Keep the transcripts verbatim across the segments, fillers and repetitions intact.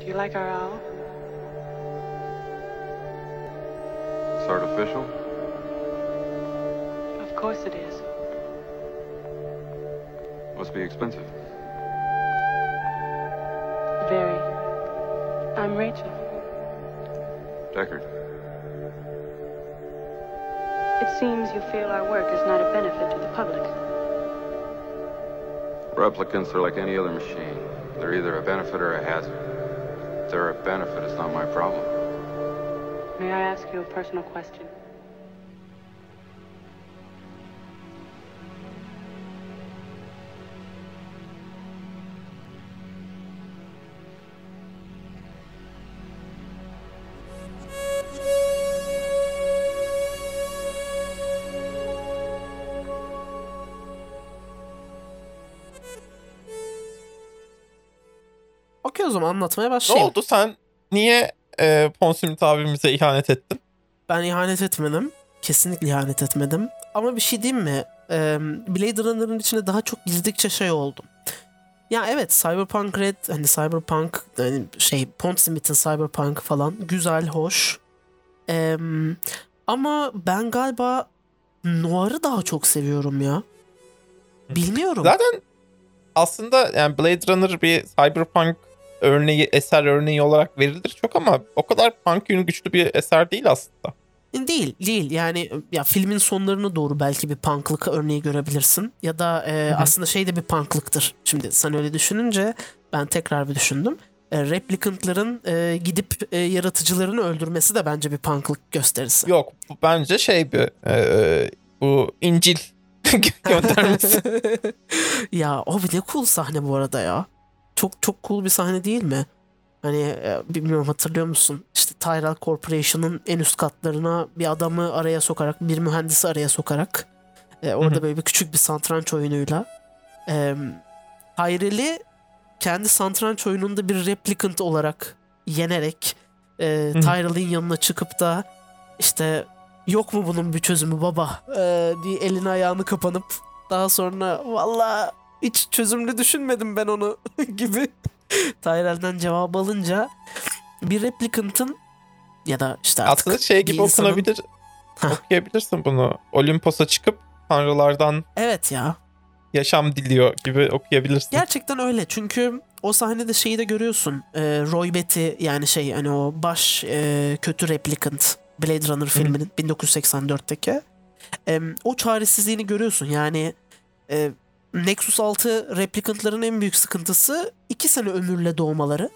Do you like our owl? It's artificial? Of course it is. Must be expensive. Very. I'm Rachel. Deckard. It seems you feel our work is not a benefit to the public. Replicants are like any other machine. They're either a benefit or a hazard. If they're a benefit, it's not my problem. May I ask you a personal question? Okey, o zaman anlatmaya Ne başlayayım. oldu? Sen niye e, Ponsimit abimize ihanet ettin? Ben ihanet etmedim. Kesinlikle ihanet etmedim. Ama bir şey diyeyim mi? Ee, Blade Runner'ın içine daha çok girdikçe şey oldum. Ya evet, Cyberpunk Red, hani Cyberpunk, hani şey, Pondsmith'in Cyberpunk falan güzel, hoş. Ee, ama ben galiba Noir'ı daha çok seviyorum ya. Bilmiyorum. Zaten aslında yani Blade Runner bir Cyberpunk örneği, eser örneği olarak verilir çok ama o kadar punk yönü güçlü bir eser değil aslında. Değil, değil. Yani ya filmin sonlarına doğru belki bir punklık örneği görebilirsin. Ya da e, aslında şey de bir punklıktır. Şimdi sen öyle düşününce ben tekrar bir düşündüm. E, replicantların e, gidip e, yaratıcılarını öldürmesi de bence bir punklık gösterisi. Yok, bu bence şey bir e, bu İncil göndermesi. Ya o ne cool sahne bu arada ya. Çok çok cool bir sahne değil mi? Hani e, bilmiyorum, hatırlıyor musun? İşte Tyrell Corporation'ın en üst katlarına bir adamı araya sokarak, bir mühendisi araya sokarak e, orada böyle bir küçük bir satranç oyunuyla e, Tyrell'i kendi satranç oyununda bir replicant olarak yenerek e, Tyrell'in yanına çıkıp da işte yok mu bunun bir çözümü baba e, diye elini ayağını kapanıp daha sonra valla hiç çözümlü düşünmedim ben onu gibi Tyrell'den cevap alınca bir replicant'ın ya da işte artık Aslında şey gibi bir insanın- okunabilir. Hah. Okuyabilirsin bunu. Olimpos'a çıkıp tanrılardan Evet ya. yaşam diliyor gibi okuyabilirsin. Gerçekten öyle, çünkü o sahnede şeyi de görüyorsun. Ee, Roy Batty, yani şey, hani o baş e, kötü replicant Blade Runner filminin bin dokuz yüz seksen dörtteki e, o çaresizliğini görüyorsun. Yani e, Nexus altı replicantların en büyük sıkıntısı iki sene ömürle doğmaları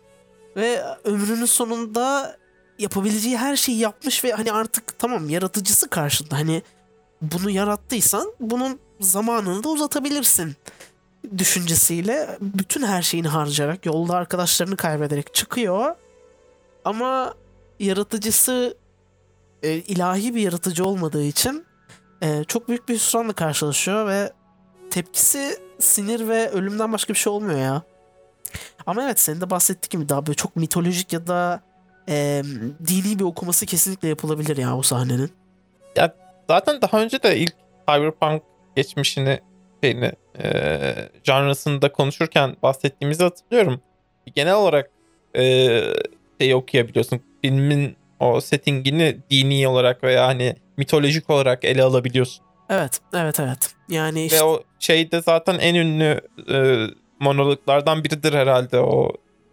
ve ömrünün sonunda yapabileceği her şeyi yapmış ve hani artık tamam, yaratıcısı karşında, hani bunu yarattıysan bunun zamanını da uzatabilirsin düşüncesiyle bütün her şeyini harcayarak, yolda arkadaşlarını kaybederek çıkıyor. Ama yaratıcısı e, ilahi bir yaratıcı olmadığı için e, çok büyük bir hüsranla karşılaşıyor ve tepkisi sinir ve ölümden başka bir şey olmuyor ya. Ama evet, senin de bahsettiğin gibi daha böyle çok mitolojik ya da e, dini bir okuması kesinlikle yapılabilir ya o sahnenin. Zaten daha önce de ilk Cyberpunk geçmişini şeyini e, janrasında konuşurken bahsettiğimizi hatırlıyorum. Genel olarak e, şeyi okuyabiliyorsun. Filmin o settingini dini olarak veya hani mitolojik olarak ele alabiliyorsun. Evet, evet, evet. Yani işte Ve o şeyde zaten en ünlü e, monologlardan biridir herhalde, o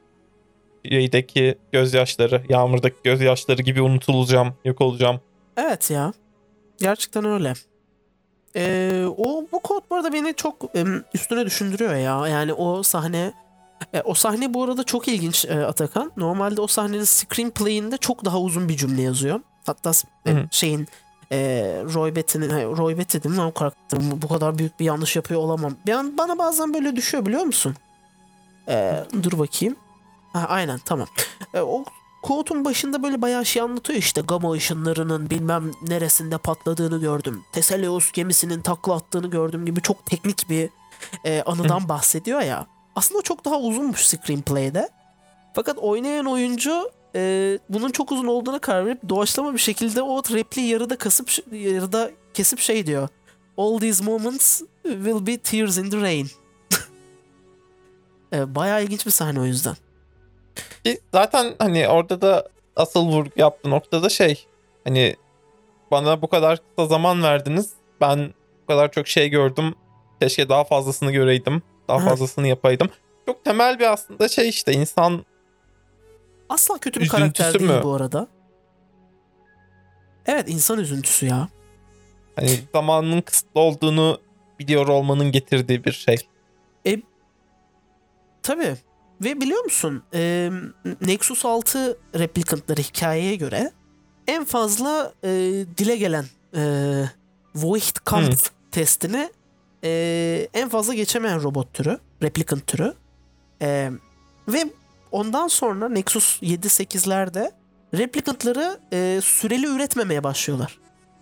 şeydeki gözyaşları, yağmurdaki gözyaşları gibi unutulacağım, yok olacağım. evet ya. Gerçekten öyle. Ee, o bu kod bu arada beni çok em, üstüne düşündürüyor ya. Yani o sahne e, o sahne bu arada çok ilginç e, Atakan. Normalde o sahnenin screenplay'inde çok daha uzun bir cümle yazıyor. Hatta e, Hı hı. şeyin e, Roy Batty'nin hayır, Roy Batty değil mi lan o karakterin, bu bu kadar büyük bir yanlış yapıyor olamam. Bir an, bana bazen böyle düşüyor, biliyor musun? E, dur bakayım. Ha, aynen, tamam. E, o Quote'un başında böyle bayağı şey anlatıyor, işte gamma ışınlarının bilmem neresinde patladığını gördüm. Teseleus gemisinin takla attığını gördüm gibi çok teknik bir e, anıdan bahsediyor ya. Aslında çok daha uzunmuş screenplay'de. Fakat oynayan oyuncu e, bunun çok uzun olduğuna karar verip doğaçlama bir şekilde o repliği yarıda kasıp yarıda kesip şey diyor. All these moments will be tears in the rain. e, bayağı ilginç bir sahne o yüzden. Ki zaten hani orada da asıl vurgu yaptığı noktada şey, hani bana bu kadar kısa zaman verdiniz. Ben bu kadar çok şey gördüm. Keşke daha fazlasını göreydim. Daha Evet. fazlasını yapaydım. Çok temel bir aslında şey işte, insan Asla kötü bir üzüntüsü karakter değil mü? bu arada. Evet, insan üzüntüsü ya. Hani zamanının kısıtlı olduğunu biliyor olmanın getirdiği bir şey. Tabii. Ve biliyor musun e, Nexus altı replikantları hikayeye göre en fazla e, dile gelen e, Voight-Kampff testini e, en fazla geçemeyen robot türü, replikant türü. E, ve ondan sonra Nexus yedi sekizlerde replikantları e, süreli üretmemeye başlıyorlar.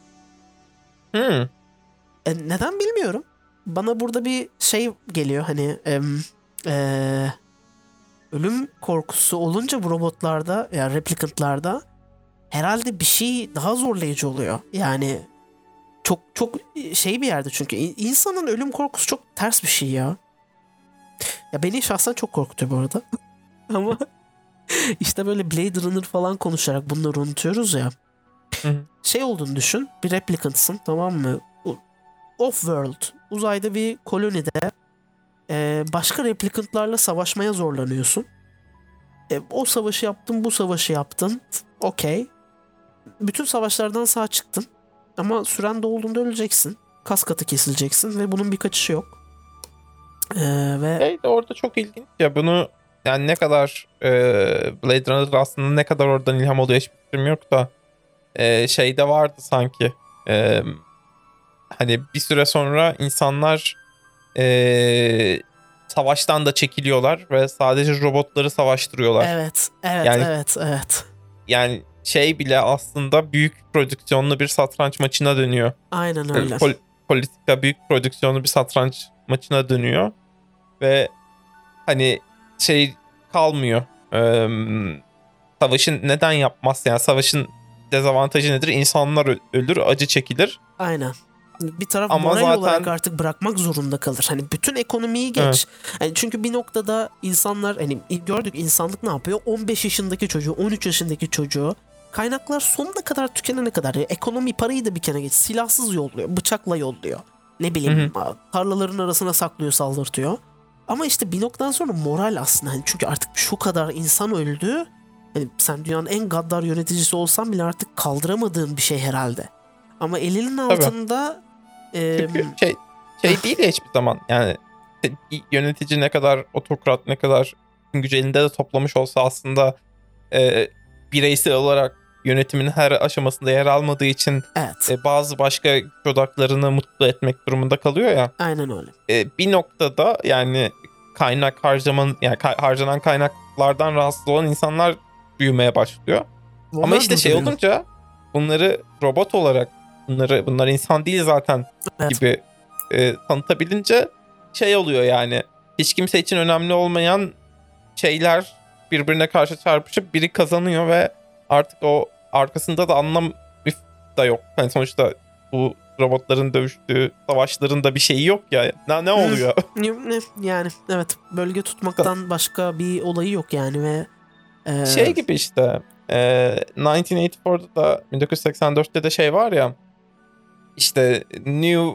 Hmm. E, neden bilmiyorum. Bana burada bir şey geliyor hani em, e, ölüm korkusu olunca bu robotlarda ya replikantlarda herhalde bir şey daha zorlayıcı oluyor. Yani çok çok şey bir yerde, çünkü in- insanın ölüm korkusu çok ters bir şey ya. Ya beni şahsen çok korkutuyor bu arada. Ama işte böyle Blade Runner falan konuşarak bunları unutuyoruz ya. Hı hı. Şey olduğunu düşün. Bir replikantsın, tamam mı? Off-world, uzayda bir kolonide e, başka replikantlarla savaşmaya zorlanıyorsun. E, o savaşı yaptın, bu savaşı yaptın. Okey. Bütün savaşlardan sağ çıktın. Ama süren dolduğunda öleceksin. Kas katı kesileceksin ve bunun bir kaçışı yok. E, ve Şey de orada çok ilginç ya, bunu yani ne kadar e, Blade Runner aslında ne kadar oradan ilham oluyor hiçbir fikrim yok da e, şeyde vardı sanki. E, hani bir süre sonra insanlar e, savaştan da çekiliyorlar ve sadece robotları savaştırıyorlar. evet, evet, Yani- evet, evet. Yani şey bile aslında büyük prodüksiyonlu bir satranç maçına dönüyor. Aynen Yani öyle. pol- politika büyük prodüksiyonlu bir satranç maçına dönüyor ve hani şey kalmıyor. Ee, savaşın neden yapmaz? Yani savaşın dezavantajı nedir? İnsanlar ö- ölür, acı çekilir. Aynen. Bir taraf Ama moral zaten- olarak artık bırakmak zorunda kalır. Hani bütün ekonomiyi geç. Evet. Hani çünkü bir noktada insanlar, hani gördük insanlık ne yapıyor? on beş yaşındaki çocuğu, on üç yaşındaki çocuğu kaynaklar sonuna kadar tükenene kadar ya, ekonomi, parayı da bir kenara geç, silahsız yolluyor, bıçakla yolluyor. Ne bileyim, tarlaların arasına saklıyor, saldırtıyor. Ama işte bir noktadan sonra moral aslında, hani çünkü artık şu kadar insan öldü. Hani sen dünyanın en gaddar yöneticisi olsan bile artık kaldıramadığın bir şey herhalde. Ama elinin altında e, Çünkü şey şey değil ya hiçbir zaman. Yani bir yönetici ne kadar otokrat, ne kadar gücü elinde de toplamış olsa aslında e, bireysel olarak yönetimin her aşamasında yer almadığı için evet, e, bazı başka güç odaklarını mutlu etmek durumunda kalıyor ya. aynen öyle. E, bir noktada yani kaynak harcaman yani ka- harcanan kaynaklardan rahatsız olan insanlar büyümeye başlıyor. Ama Onlar işte şey durduruyor. olunca bunları robot olarak, bunları bunlar insan değil zaten Evet. gibi e, tanıtabilince şey oluyor yani, hiç kimse için önemli olmayan şeyler birbirine karşı çarpışıp biri kazanıyor ve artık o arkasında da anlam da yok. Yani sonuçta bu robotların dövüştüğü savaşların da bir şeyi yok ya. Ne, ne oluyor? Ne- Yani evet, bölge tutmaktan başka bir olayı yok yani ve e, Şey gibi işte e, bin dokuz yüz seksen dörtte da bin dokuz yüz seksen dörtte de şey var ya, işte New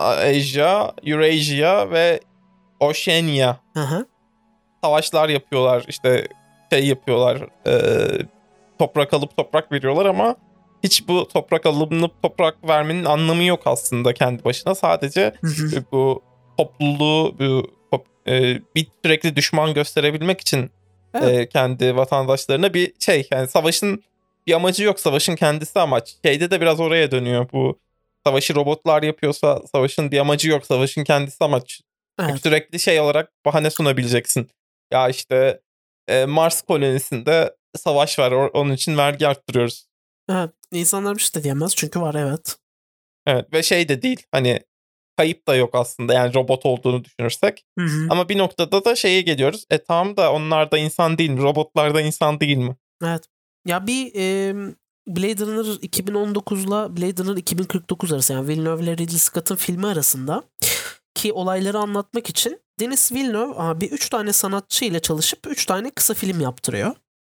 Asia, Eurasia ve Oceania hı hı, savaşlar yapıyorlar, işte şey yapıyorlar, e, toprak alıp toprak veriyorlar ama hiç bu toprak alınıp toprak vermenin anlamı yok aslında kendi başına. Sadece hı hı. bu topluluğu bu, top- e, bir sürekli düşman gösterebilmek için Evet. e, kendi vatandaşlarına bir şey, yani savaşın bir amacı yok, savaşın kendisi amaç. Şeyde de biraz oraya dönüyor, bu savaşı robotlar yapıyorsa savaşın bir amacı yok, savaşın kendisi amaç. Evet. Sürekli şey olarak bahane sunabileceksin. Ya işte e, Mars kolonisinde savaş var, or- onun için vergi arttırıyoruz. Evet. İnsanlar bir şey de diyemez çünkü var, evet. Evet ve şey de değil, hani kayıp da yok aslında yani robot olduğunu düşünürsek. Hı hı. Ama bir noktada da şeye geliyoruz. E tamam da onlar da insan değil mi? Robotlar da insan değil mi? Evet. Ya bir e, Blade Runner iki bin on dokuzla Blade Runner iki bin kırk dokuz arası, yani Villeneuve ile Ridley Scott'ın filmi arasında ki olayları anlatmak için Denis Villeneuve abi üç tane sanatçı ile çalışıp üç tane kısa film yaptırıyor.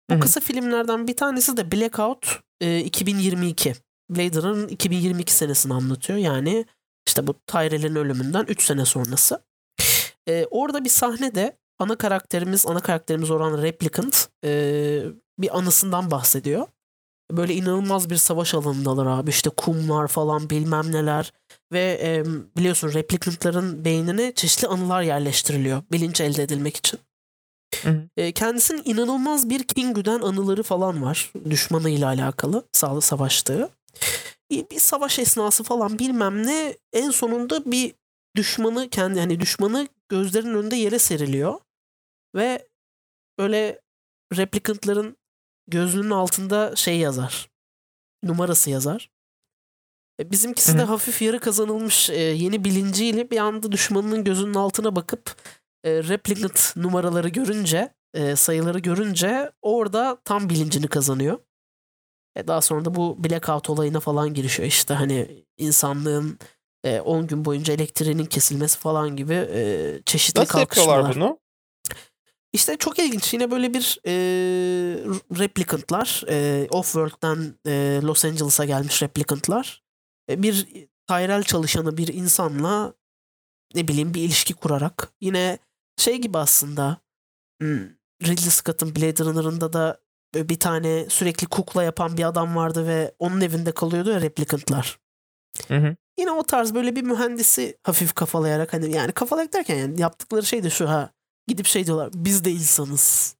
Bu Hı hı. kısa filmlerden bir tanesi de Blackout e, iki bin yirmi iki. Blade Runner'ın iki bin yirmi iki senesini anlatıyor. Yani işte bu Tyrell'in ölümünden üç sene sonrası. E, orada bir sahnede ana karakterimiz, ana karakterimiz olan Replicant e, bir anısından bahsediyor. Böyle inanılmaz bir savaş alanındalar abi. İşte kumlar falan bilmem neler. Ve e, biliyorsun Replicant'ların beynine çeşitli anılar yerleştiriliyor. Bilinç elde edilmek için. Hı hı. E, kendisinin inanılmaz bir kin güden anıları falan var. Düşmanıyla alakalı. Sağlı savaştığı. Bir, bir savaş esnası falan bilmem ne. En sonunda bir düşmanı kendi hani düşmanı gözlerinin önünde yere seriliyor. Ve böyle Replicant'ların gözünün altında şey yazar. Numarası yazar. E, Bizimkisi Hı de hı. hafif yarı kazanılmış e, yeni bilinciyle bir anda düşmanının gözünün altına bakıp e, replicant numaraları görünce, e, sayıları görünce orada tam bilincini kazanıyor. E, daha sonra da bu blackout olayına falan girişiyor. İşte hani insanlığın e, on gün boyunca elektriğinin kesilmesi falan gibi e, çeşitli Nasıl yapıyorlar kalkışmalar. bunu? İşte çok ilginç. Yine böyle bir e, replicantlar, e, Offworld'den e, Los Angeles'a gelmiş replicantlar. E, bir Tyrell çalışanı bir insanla ne bileyim bir ilişki kurarak yine şey gibi aslında hmm, Ridley Scott'ın Blade Runner'ında da böyle bir tane sürekli kukla yapan bir adam vardı ve onun evinde kalıyordu ya replicantlar. Hı hı. Yine o tarz böyle bir mühendisi hafif kafalayarak hani yani kafalayarak derken yani yaptıkları şey de şu ha gidip şey diyorlar biz de insanız.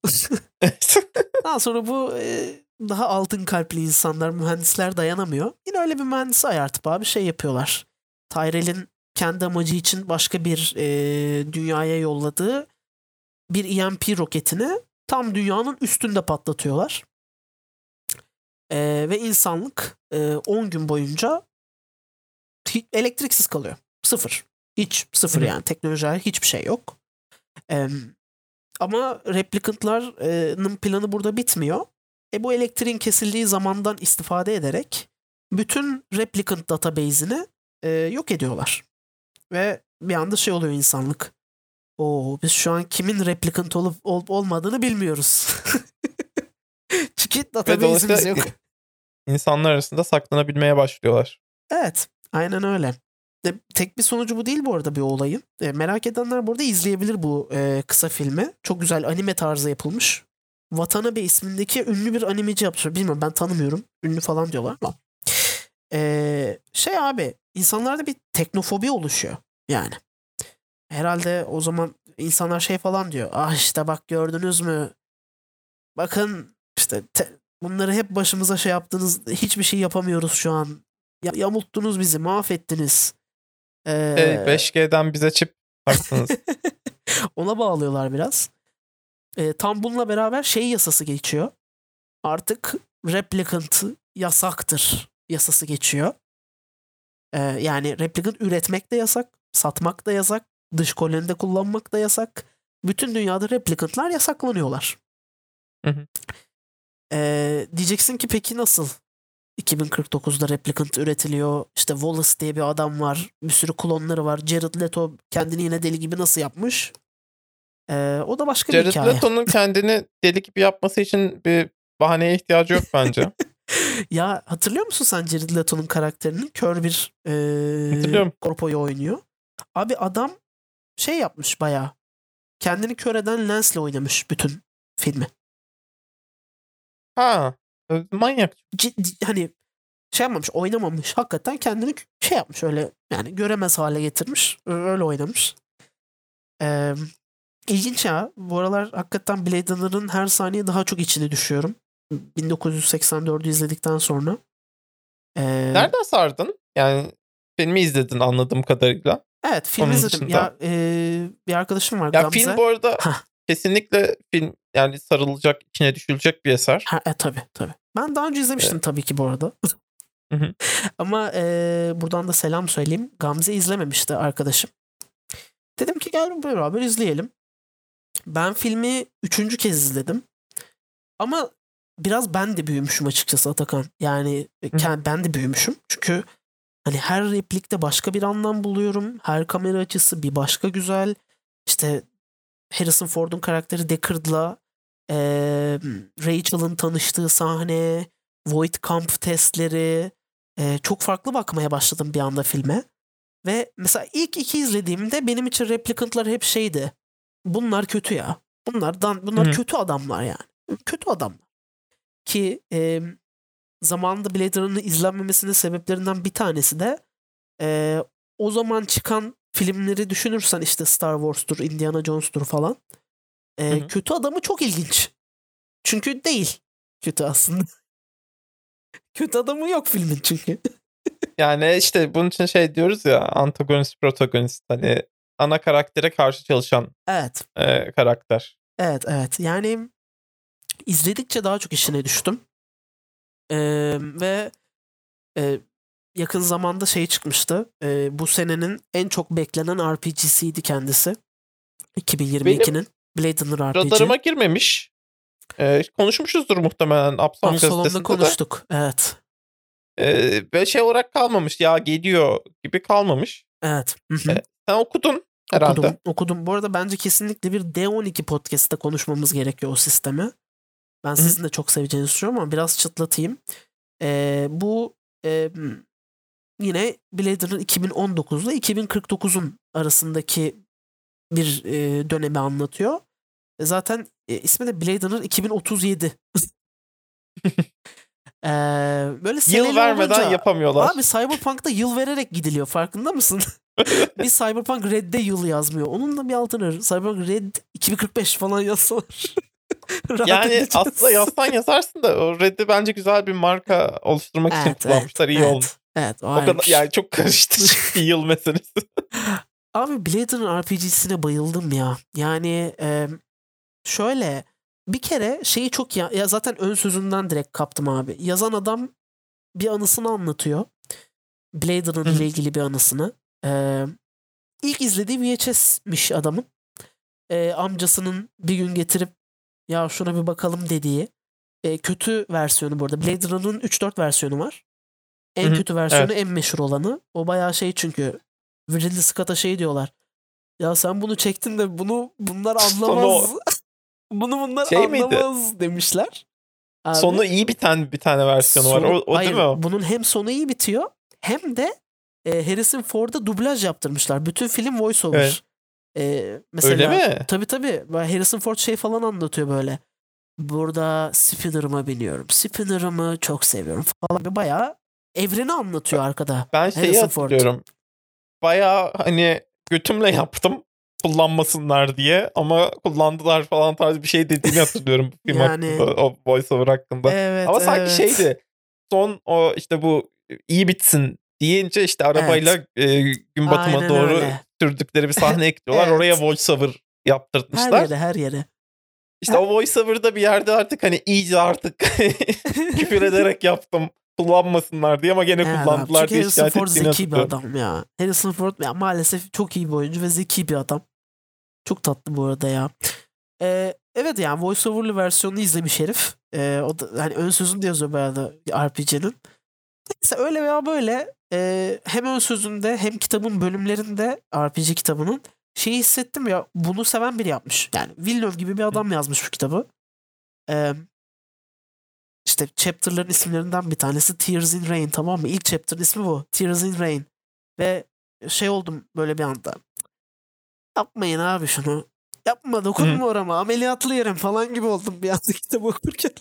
Daha sonra bu e, daha altın kalpli insanlar mühendisler dayanamıyor. Yine öyle bir mühendisi ayartıp abi şey yapıyorlar. Tyrell'in kendi amacı için başka bir e, dünyaya yolladığı bir E M P roketini tam dünyanın üstünde patlatıyorlar. E, ve insanlık e, on gün boyunca hi- elektriksiz kalıyor. Sıfır. Hiç sıfır Hı hı. yani teknoloji hiçbir şey yok. E, ama replicantların planı burada bitmiyor. E bu elektriğin kesildiği zamandan istifade ederek bütün replicant database'ini e, yok ediyorlar. Ve bir anda şey oluyor insanlık. Oo, biz şu an kimin replicant olup olup olmadığını bilmiyoruz. Çünkü Ve database'imiz dolayısıyla yok. insanlar arasında saklanabilmeye başlıyorlar. Evet, aynen öyle. E, tek bir sonucu bu değil bu arada bir olayın. E, merak edenler burada izleyebilir bu e, kısa filmi. Çok güzel anime tarzı yapılmış. Watanabe ismindeki ünlü bir animeci yapmış. Bilmiyorum ben tanımıyorum. Ünlü falan diyorlar ama. E, şey abi insanlarda bir teknofobi oluşuyor yani. Herhalde o zaman insanlar şey falan diyor. Ah işte bak gördünüz mü? Bakın işte te- bunları hep başımıza şey yaptınız. Hiçbir şey yapamıyoruz şu an. Ya- yamulttunuz bizi, mahvettiniz. Şey, Ee, beş G'den bize çip taktınız. ona bağlıyorlar biraz. Ee, tam bununla beraber şey yasası geçiyor. Artık replicant yasaktır yasası geçiyor. Ee, yani replicant üretmek de yasak, satmak da yasak, dış kolonide kullanmak da yasak. Bütün dünyada replicantlar yasaklanıyorlar. Hı hı. Ee, diyeceksin ki peki nasıl? iki bin kırk dokuzda replicant üretiliyor. İşte Wallace diye bir adam var. Bir sürü klonları var. Jared Leto kendini yine deli gibi nasıl yapmış? Ee, o da başka bir Jared hikaye. Leto'nun kendini deli gibi yapması için bir bahaneye ihtiyacı yok bence. Ya hatırlıyor musun sen Jared Leto'nun karakterini? Kör bir e, Hatırlıyorum. korpoyu oynuyor. Abi adam şey yapmış bayağı. Kendini kör eden lensle oynamış bütün filmi. Ha, manyak. Ciddi, hani şey yapmamış, oynamamış. Hakikaten kendini şey yapmış öyle yani göremez hale getirmiş. Öyle oynamış. Ee, ilginç ya. Bu aralar hakikaten Blade Runner'ın her saniye daha çok içine düşüyorum. bin dokuz yüz seksen dördü izledikten sonra. Ee, Nereden sardın? Yani filmi izledin anladığım kadarıyla. evet film Onun izledim. dışında. Ya e, bir arkadaşım var Ya Gamze. film bu arada Hah. kesinlikle film yani sarılacak, içine düşülecek bir eser. Ha, e, tabii tabii. Ben daha önce izlemiştim Evet. tabii ki bu arada. Hı hı. Ama e, buradan da selam söyleyeyim. Gamze izlememişti arkadaşım. Dedim ki gel beraber izleyelim. Ben filmi üçüncü kez izledim. Ama biraz ben de büyümüşüm açıkçası Atakan. Yani kend- ben de büyümüşüm. Çünkü hani her replikte başka bir anlam buluyorum. Her kamera açısı bir başka güzel. İşte Harrison Ford'un karakteri Deckard'la Ee, Rachel'ın tanıştığı sahne, Voight-Kampff testleri, e, çok farklı bakmaya başladım bir anda filme. Ve mesela ilk iki izlediğimde benim için Replicant'lar hep şeydi. Bunlar kötü ya. Bunlardan bunlar Hı hı. kötü adamlar yani. Kötü adamlar. Ki e, zamanında Blade Runner'ın izlenmemesinin sebeplerinden bir tanesi de e, o zaman çıkan filmleri düşünürsen işte Star Wars'tur, Indiana Jones'tur falan. E, Hı hı. kötü adamı çok ilginç. Çünkü değil kötü aslında. Kötü adamı yok filmin çünkü. Yani işte bunun için şey diyoruz ya, antagonist protagonist, hani ana karaktere karşı çalışan Evet. e, karakter. Evet, evet. Yani izledikçe daha çok işine düştüm. Ee, ve e, yakın zamanda şey çıkmıştı. Ee, bu senenin en çok beklenen R P G'siydi kendisi. iki bin yirmi ikinin Blade Runner R P G. Radarıma girmemiş. E, konuşmuşuzdur muhtemelen Absalom Absalom'da gazetesinde de. konuştuk. Evet. E, ve şey olarak kalmamış, ya geliyor gibi kalmamış. Evet. Hı hı. E, sen okudun herhalde. Okudum. Okudum. Bu arada bence kesinlikle bir D on iki podcast'ta konuşmamız gerekiyor o sistemi. Ben Hı hı. sizin de çok seveceğinizi düşünüyorum ama biraz çıtlatayım. Ee, bu e, yine Blade Runner iki bin on dokuz ile iki bin kırk dokuzun arasındaki bir e, dönemi anlatıyor. E, Zaten e, ismi de Blade Runner iki bin otuz yedi. Ee, böyle Yıl seneli vermeden olunca- yapamıyorlar. Abi Cyberpunk'ta yıl vererek gidiliyor, farkında mısın? Bir Cyberpunk Red'de yıl yazmıyor. Onun da bir altını Cyberpunk Red iki bin kırk beş falan yazsalar. Rahat Yani edeceğiz. aslında yazsan yazarsın da o Red'i bence güzel bir marka oluşturmak için Evet, kullanmışlar, evet, iyi evet, olmuş. Evet, o O ayrı kadar bir şey. yani, çok karıştı çünkü yıl meselesi. Abi Blade Runner R P G'sine bayıldım ya. Yani e, şöyle bir kere şeyi çok ya, ya zaten ön sözünden direkt kaptım abi. Yazan adam bir anısını anlatıyor. Blade Runner ile ilgili bir anısını. E, ilk izlediği V H S'miş adamın. E, amcasının bir gün getirip ya şuna bir bakalım dediği. E, kötü versiyonu bu arada. Blade Runner'ın üç dört versiyonu var. En Hı hı, kötü versiyonu, evet. en meşhur olanı. O bayağı şey çünkü Ridley Scott'a şey diyorlar. Ya sen bunu çektin de bunu bunlar Sonu anlamaz. Bunu bunlar şey miydi? anlamaz demişler. Abi, Sonu iyi biten bir tane versiyonu var. sonu- O, o hayır, değil mi o? bunun hem sonu iyi bitiyor hem de e, Harrison Ford'a dublaj yaptırmışlar. Bütün film voiceover. Evet. E, mesela, Öyle mi? Tabii tabii. Harrison Ford şey falan anlatıyor böyle. Burada Spinner'ıma biniyorum. Spinner'ımı çok seviyorum falan. Bayağı evreni anlatıyor arkada. Ben şeyi Harrison Ford. hatırlıyorum. Bayağı hani götümle yaptım kullanmasınlar diye, ama kullandılar falan tarzı bir şey dediğini hatırlıyorum bu film Yani- hakkında, o voiceover hakkında. Evet, Ama sanki evet. şeydi, son o işte bu iyi bitsin deyince işte arabayla e, gün batımına Aynen doğru öyle. sürdükleri bir sahne ekliyorlar. Evet. Oraya voiceover Her yaptırtmışlar. yere, her yere. İşte o voiceover'da bir yerde artık hani iyice artık küfür ederek yaptım kullanmasınlar diye, ama gene Evet abi, kullandılar çünkü diye Harrison şikayet Ford ettiğini zeki bir hatırlıyorum. adam ya. Harrison Ford ya, maalesef çok iyi bir oyuncu ve zeki bir adam. Çok tatlı bu arada ya. Ee, evet yani voiceover'lı versiyonunu izlemiş herif. Ee, o da hani ön sözünde yazıyor bayağı da R P G'nin. Neyse öyle veya böyle e, hem ön sözünde hem kitabın bölümlerinde R P G kitabının şeyi hissettim ya, bunu seven biri yapmış. Yani Villeneuve gibi bir adam yazmış bu kitabı. Ee, işte chapter'ların isimlerinden bir tanesi Tears in Rain, tamam mı? İlk chapter'ın ismi bu. Tears in Rain. Ve şey oldum böyle bir anda. Yapmayın abi şunu. Yapma, dokunma orama. Ameliyatlı yerim falan gibi oldum bir anda kitabı okurken.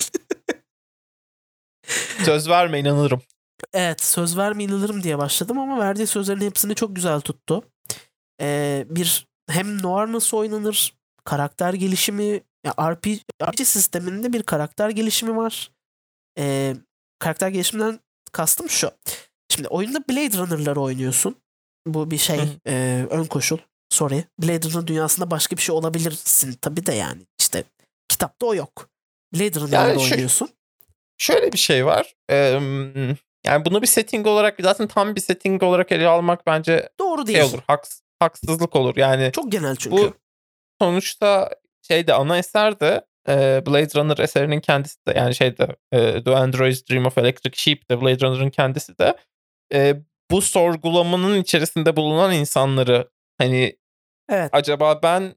Söz verme, inanırım. Evet, söz verme inanırım diye başladım ama verdiği sözlerin hepsini çok güzel tuttu. Ee, bir hem noir nasıl oynanır, karakter gelişimi, ya R P G, R P G sisteminde bir karakter gelişimi var. Ee, karakter gelişiminden kastım şu. Şimdi oyunda Blade Runner'ları oynuyorsun. Bu bir şey, Hı hı. e, ön koşul. Sorry. Blade Runner dünyasında başka bir şey olabilirsin tabii de yani. İşte kitapta o yok. Blade Runner'ları Yani şu- oynuyorsun. Şöyle bir şey var. Ee, yani bunu bir setting olarak, zaten tam bir setting olarak ele almak bence Doğru değil. şey olur, haks, haksızlık olur. Yani Çok genel çünkü. bu sonuçta şeyde, ana eser de e, Blade Runner eserinin kendisi de, yani şeyde e, The Android's Dream of Electric Sheep de Blade Runner'ın kendisi de e, bu sorgulamanın içerisinde bulunan insanları, hani Evet. acaba ben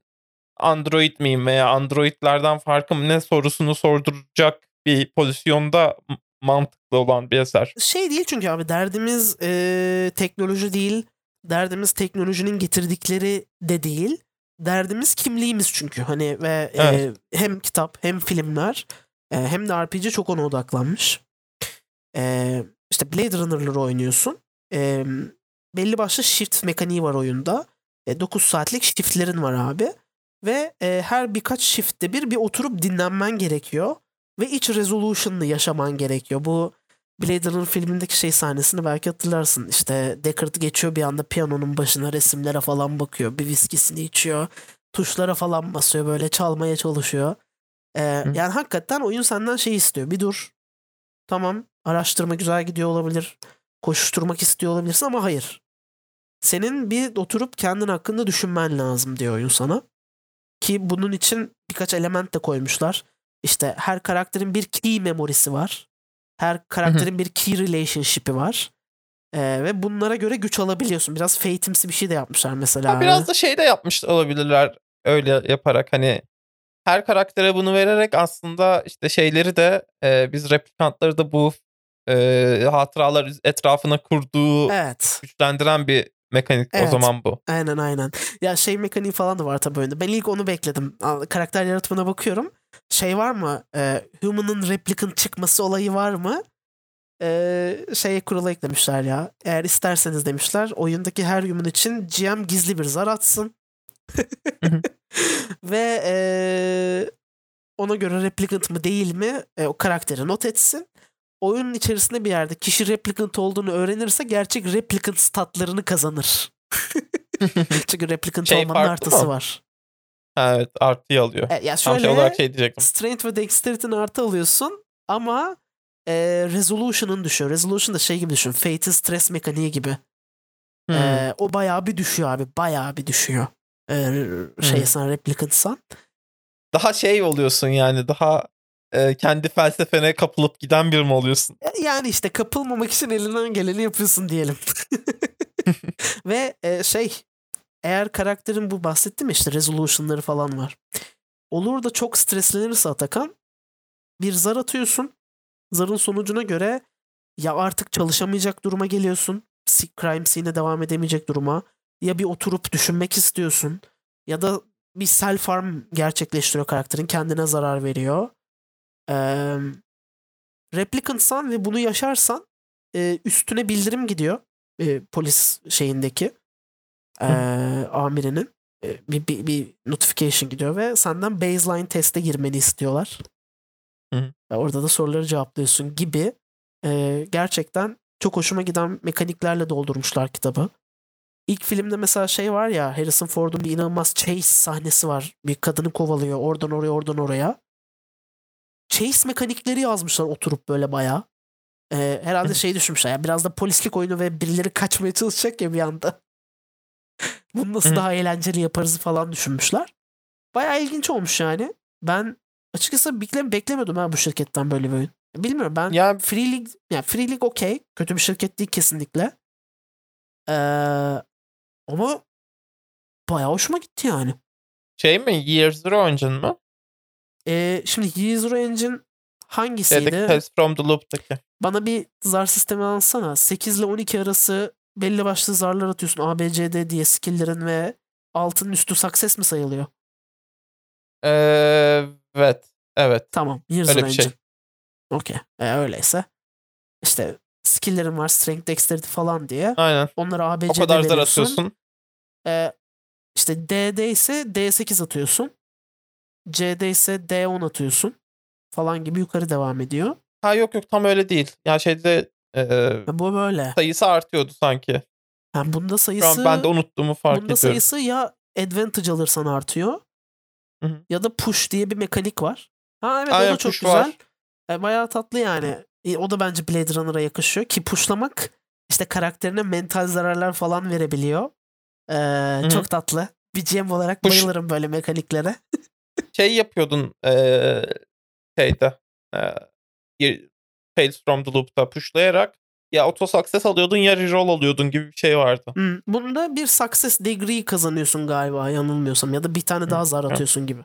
android miyim veya androidlerden farkım ne sorusunu sorduracak bir pozisyonda m- mantıklı olan bir eser. Şey değil çünkü abi derdimiz e, teknoloji değil. Derdimiz teknolojinin getirdikleri de değil. Derdimiz kimliğimiz çünkü. Hani ve e, Evet. hem kitap hem filmler e, hem de R P G çok ona odaklanmış. E, işte Blade Runner'ları oynuyorsun. E, belli başlı shift mekaniği var oyunda. E, dokuz saatlik shiftlerin var abi. Ve e, her birkaç shift'te bir bir oturup dinlenmen gerekiyor. Ve iç resolution'lı yaşaman gerekiyor. Bu Blade Runner filmindeki şey sahnesini belki hatırlarsın. İşte Deckard geçiyor bir anda piyanonun başına resimlere falan bakıyor. Bir viskisini içiyor. Tuşlara falan basıyor böyle çalmaya çalışıyor. Ee, yani hakikaten oyun senden şey istiyor. Bir dur. Tamam araştırma güzel gidiyor olabilir. Koşuşturmak istiyor olabilirsin ama hayır. Senin bir oturup kendin hakkında düşünmen lazım diyor oyun sana. Ki bunun için birkaç element de koymuşlar. İşte her karakterin bir key memorisi var. Her karakterin bir key relationship'i var. Ee, ve bunlara göre güç alabiliyorsun. Biraz Fate'imsi bir şey de yapmışlar mesela. Ha, biraz da şey de yapmış olabilirler öyle yaparak, hani her karaktere bunu vererek aslında işte şeyleri de e, biz replikantları da bu e, hatıralar etrafına kurduğu Evet. güçlendiren bir mekanik Evet. o zaman bu. Aynen aynen. Ya şey mekaniği falan da var tabii oyunda. Ben ilk onu bekledim. Al- Karakter yaratımına bakıyorum. Şey var mı? E, Human'ın replicant çıkması olayı var mı? E, şeye kurala eklemişler ya. Eğer isterseniz demişler oyundaki her human için G M gizli bir zar atsın. Ve e, ona göre replicant mı değil mi e, o karakteri not etsin. Oyunun içerisinde bir yerde kişi replicant olduğunu öğrenirse gerçek replicant statlarını kazanır. Çünkü replicant Şey olmanın farklı artısı mı? var. Ha, evet, artıyı alıyor. E, ya Tam şey şöyle olarak şey diyecektim. strength ve dexterity'nin artı alıyorsun ama e, resolution'ın düşüyor. Resolution da şey gibi düşün. Fate'in stres mekaniği gibi. Hmm. E, o bayağı bir düşüyor abi. Bayağı bir düşüyor. E, şeysen replicantsan. Daha şey oluyorsun yani, daha e, kendi felsefene kapılıp giden bir mi oluyorsun? E, Yani işte kapılmamak için elinden geleni yapıyorsun diyelim. Ve e, şey eğer karakterin bu bahsettim ya işte resolution'ları falan var. Olur da çok streslenirse Atakan bir zar atıyorsun. Zarın sonucuna göre ya artık çalışamayacak duruma geliyorsun. Crime scene'e devam edemeyecek duruma. Ya bir oturup düşünmek istiyorsun. Ya da bir self harm gerçekleştiriyor karakterin. Kendine zarar veriyor. Ee, Replicantsan ve bunu yaşarsan e, üstüne bildirim gidiyor. E, polis şeyindeki e, amirinin. E, bir, bir, bir notification gidiyor ve senden baseline teste girmeni istiyorlar. Hı. Ve orada da soruları cevaplıyorsun gibi. E, gerçekten çok hoşuma giden mekaniklerle doldurmuşlar kitabı. İlk filmde mesela şey var ya Harrison Ford'un bir inanılmaz chase sahnesi var. Bir kadını kovalıyor oradan oraya oradan oraya. Chase mekanikleri yazmışlar oturup böyle bayağı. Ee, herhalde şey düşünmüşler ya biraz da polislik oyunu ve birileri kaçmaya çalışacak ya bir anda. Bunu nasıl daha eğlenceli yaparız falan düşünmüşler. Bayağı ilginç olmuş yani. Ben açıkçası bekle beklemiyordum ha bu şirketten böyle bir oyun. Bilmiyorum ben Ya Free League, yani Free League okey. Kötü bir şirket değil kesinlikle. Ee, ama bayağı hoşuma gitti yani. şey mi, Year Zero Engine mı? Ee, şimdi Year Zero Engine hangisiydi? Şeydeki Tales from the Loop'taki. Bana bir zar sistemi alsana. sekiz ile on iki arası belli başlı zarlar atıyorsun. A, B, C, D diye skill'lerin ve altının üstü success mi sayılıyor? Ee, evet. Evet. Tamam. Year Öyle Zero bir şey. Engine. Okey. E, öyleyse. İşte skill'lerin var. Strength, Dexterity falan diye. Aynen. Onlara A, B, O C, D kadar zar veriyorsun. atıyorsun. E, işte D'de ise D sekiz atıyorsun. C'de ise D on atıyorsun. Falan gibi yukarı devam ediyor. Ha yok yok, tam öyle değil. Ya şeyde e, E, bu böyle. sayısı artıyordu sanki. Yani bunda Şu sayısı an ben de unuttuğumu fark bunda ediyorum. sayısı ya advantage alırsan artıyor. Hı hı. Ya da push diye bir mekanik var. Ha evet Aynen, o da çok push güzel. var. E, bayağı tatlı yani. E, o da bence Blade Runner'a yakışıyor. Ki pushlamak işte karakterine mental zararlar falan verebiliyor. E, Hı hı. çok tatlı. Bir G M olarak Push- bayılırım böyle mekaniklere. Şey yapıyordun e, şeyde e, Tales from the Loop'ta pushlayarak ya auto success alıyordun ya reroll alıyordun gibi bir şey vardı. Hmm, bunda bir success degree kazanıyorsun galiba yanılmıyorsam ya da bir tane daha zar evet. atıyorsun gibi.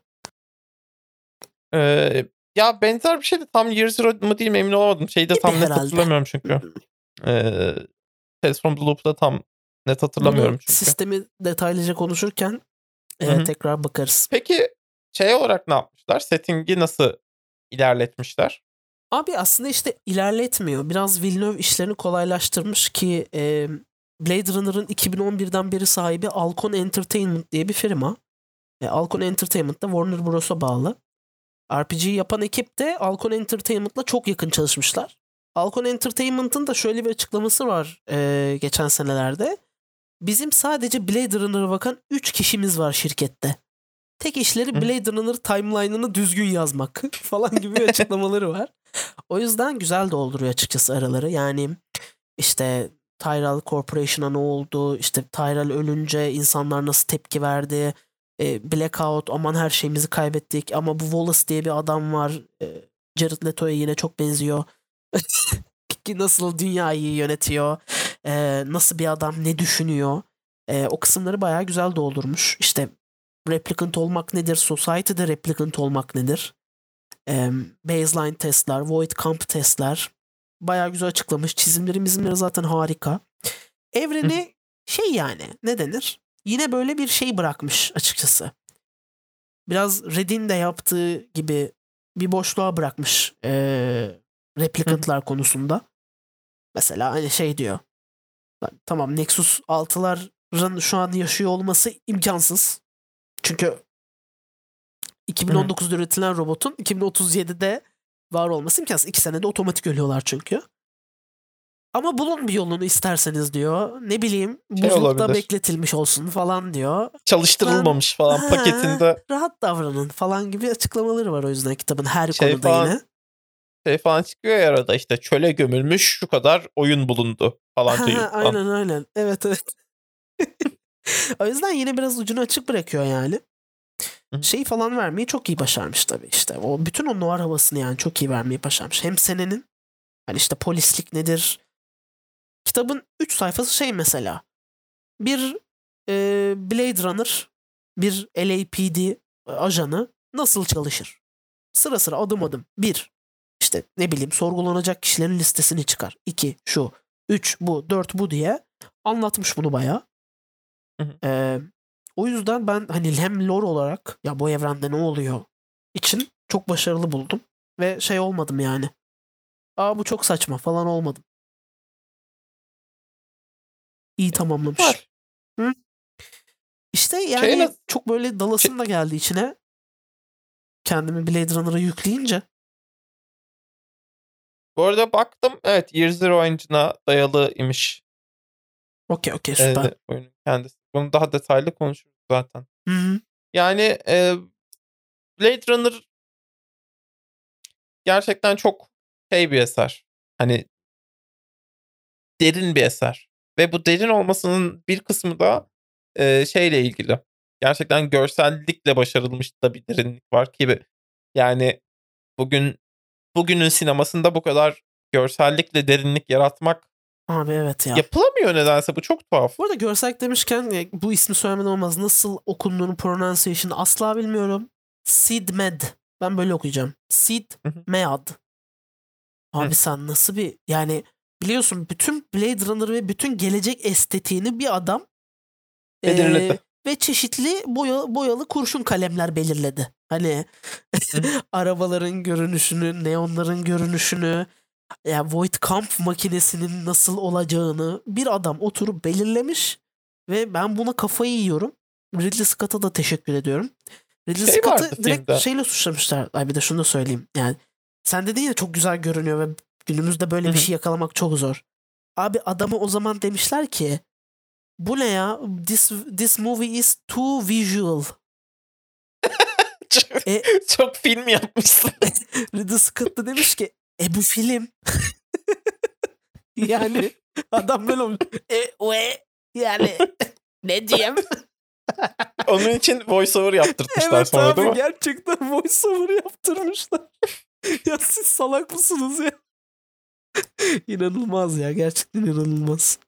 Ee, ya benzer bir şeydi. Tam Year Zero mu değil mi emin olamadım. Şeyi de Gibi tam net herhalde. hatırlamıyorum çünkü. Ee, Tales from the Loop'da tam net hatırlamıyorum Bunu çünkü. sistemi detaylıca konuşurken e, tekrar bakarız. Peki şey olarak ne yapmışlar? Setting'i nasıl ilerletmişler? Abi aslında işte ilerletmiyor. Biraz Villeneuve işlerini kolaylaştırmış ki e, Blade Runner'ın iki bin on birden beri sahibi Alcon Entertainment diye bir firma. E, Alcon Entertainment da Warner Bros'a bağlı. R P G yapan ekip de Alcon Entertainment'la çok yakın çalışmışlar. Alcon Entertainment'ın da şöyle bir açıklaması var e, geçen senelerde. Bizim sadece Blade Runner'a bakan üç kişimiz var şirkette. Tek işleri Blade Runner timeline'ını düzgün yazmak falan gibi bir açıklamaları var. O yüzden güzel dolduruyor açıkçası araları. Yani işte Tyrell Corporation'a ne oldu? İşte Tyrell ölünce insanlar nasıl tepki verdi? E, Blackout aman her şeyimizi kaybettik ama bu Wallace diye bir adam var. E, Jared Leto'ya yine çok benziyor. Nasıl dünyayı yönetiyor? E, nasıl bir adam? Ne düşünüyor? E, o kısımları bayağı güzel doldurmuş. İşte replicant olmak nedir? Society'de replicant olmak nedir? E, baseline testler, void camp testler. Bayağı güzel açıklamış. Çizimleri mizimleri zaten harika. Evreni şey yani ne denir? Yine böyle bir şey bırakmış açıkçası. Biraz Red'in de yaptığı gibi bir boşluğa bırakmış ee, replicantlar konusunda. Mesela hani şey diyor. Tamam Nexus altıların şu an yaşıyor olması imkansız. Çünkü iki bin on dokuzda üretilen robotun iki bin otuz yedide var olması imkansız. İki senede otomatik ölüyorlar çünkü. Ama bulun bir yolunu isterseniz diyor. Ne bileyim Şey buzlukta olabilir. bekletilmiş olsun falan diyor. Çalıştırılmamış Ben, falan ha, paketinde. Rahat davranın falan gibi açıklamaları var o yüzden kitabın her Şey konuda falan, yine. Şey falan çıkıyor ya arada işte çöle gömülmüş şu kadar oyun bulundu falan diyor. Aynen aynen. Evet evet. O yüzden yine biraz ucunu açık bırakıyor yani. Şey falan vermeyi çok iyi başarmış tabii işte. O bütün o noir havasını yani çok iyi vermeyi başarmış. Hem senenin hani işte polislik nedir? Kitabın üç sayfası şey mesela. Bir e, Blade Runner, bir L A P D ajanı nasıl çalışır? Sıra sıra adım adım. Bir, işte ne bileyim sorgulanacak kişilerin listesini çıkar. İki, şu. Üç, bu. Dört, bu diye anlatmış bunu bayağı. Ee, o yüzden ben hani hem lore olarak ya bu evrende ne oluyor için çok başarılı buldum. Ve şey olmadım yani. Aa bu çok saçma falan olmadım. İyi tamamlamış. Var. Hı? İşte yani Şeyle- çok böyle dalasım da geldi içine. Kendimi Blade Runner'a yükleyince. Bu arada baktım evet Year Zero engine'a dayalı imiş. Okey okey süper. Ee, oyunun kendisi. Bunu daha detaylı konuşuruz zaten. Hı-hı. Yani e, Blade Runner gerçekten çok şey bir eser. Hani derin bir eser. Ve bu derin olmasının bir kısmı da e, şeyle ilgili. Gerçekten görsellikle başarılmış da bir derinlik var ki yani bugün bugünün sinemasında bu kadar görsellikle derinlik yaratmak Abi evet ya. yapılamıyor nedense. Bu çok tuhaf. Bu arada görsellik demişken e, bu ismi söylemeden olmaz. Nasıl okunduğunu pronunciation asla bilmiyorum. Sid Med. Ben böyle okuyacağım. Sid Mead. Abi Hı. sen nasıl bir yani biliyorsun bütün Blade Runner ve bütün gelecek estetiğini bir adam Belirledi. e, ve çeşitli boya, boyalı kurşun kalemler belirledi. Hani arabaların görünüşünü, neonların görünüşünü, yani Void Camp makinesinin nasıl olacağını bir adam oturup belirlemiş ve ben buna kafayı yiyorum. Ridley Scott'a da teşekkür ediyorum. Ridley Şey Scott'ı vardı direkt filmde. şeyle suçlamışlar. Ay bir de şunu da söyleyeyim. Yani sen dedin ya çok güzel görünüyor ve günümüzde böyle Hı bir hı. şey yakalamak çok zor. Abi adamı o zaman demişler ki bu ne ya? This, this movie is too visual. çok, E, çok film yapmışsın. Ridley Scott da demiş ki e bu film. Yani adam böyle olmuş. E, ve yani ne diyeyim? Onun için voiceover yaptırtmışlar Evet sonra abi değil mi? gerçekten voiceover yaptırmışlar. Ya siz salak mısınız ya? İnanılmaz ya. Gerçekten inanılmaz.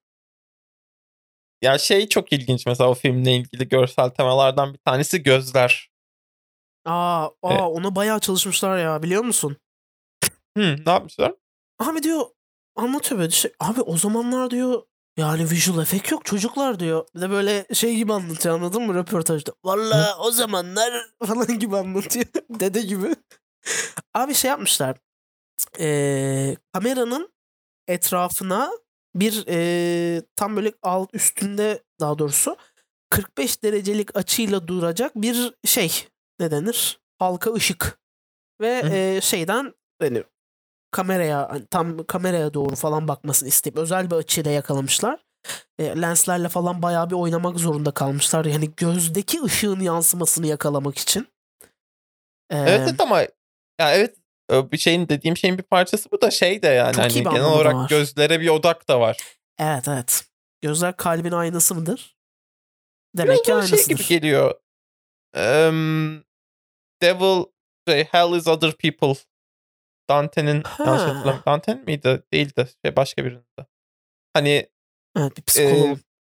Ya şey çok ilginç mesela o filmle ilgili görsel temalardan bir tanesi gözler. Aa, E, aa ona bayağı çalışmışlar ya, biliyor musun? hı, ne yapmışlar? Abi diyor, anlatıyor böyle şey. Abi o zamanlar diyor yani visual effect yok çocuklar diyor. Bir de böyle şey gibi anlatıyor, anladın mı, röportajda. Hı? Valla o zamanlar falan gibi anlatıyor. Dede gibi. Abi şey yapmışlar. Eee, kameranın etrafına bir eee, tam böyle alt üstünde, daha doğrusu kırk beş derecelik açıyla duracak bir şey, ne denir? Halka ışık. Ve Hı. eee, şeyden hani kameraya, hani tam kameraya doğru falan bakmasını isteyip özel bir açıyla yakalamışlar. E, lenslerle falan bayağı bir oynamak zorunda kalmışlar. Yani gözdeki ışığın yansımasını yakalamak için. Evet, E, evet ama ya evet, e, bir şeyin dediğim şeyin bir parçası bu da şey de yani çok iyi hani bir genel anlamı da olarak var. gözlere bir odak da var. Evet, evet. Gözler kalbin aynası mıdır? Demek Biraz ki bana şey gibi aynasıdır. geliyor. Em, Devil, şey, Hell is Other People. Dante'nin, yanlış hatırlamıyorum. Ha. Dante'nin miydi? Değildi. Şey, başka birinin de. Hani Evet, bir e, psikoloğum.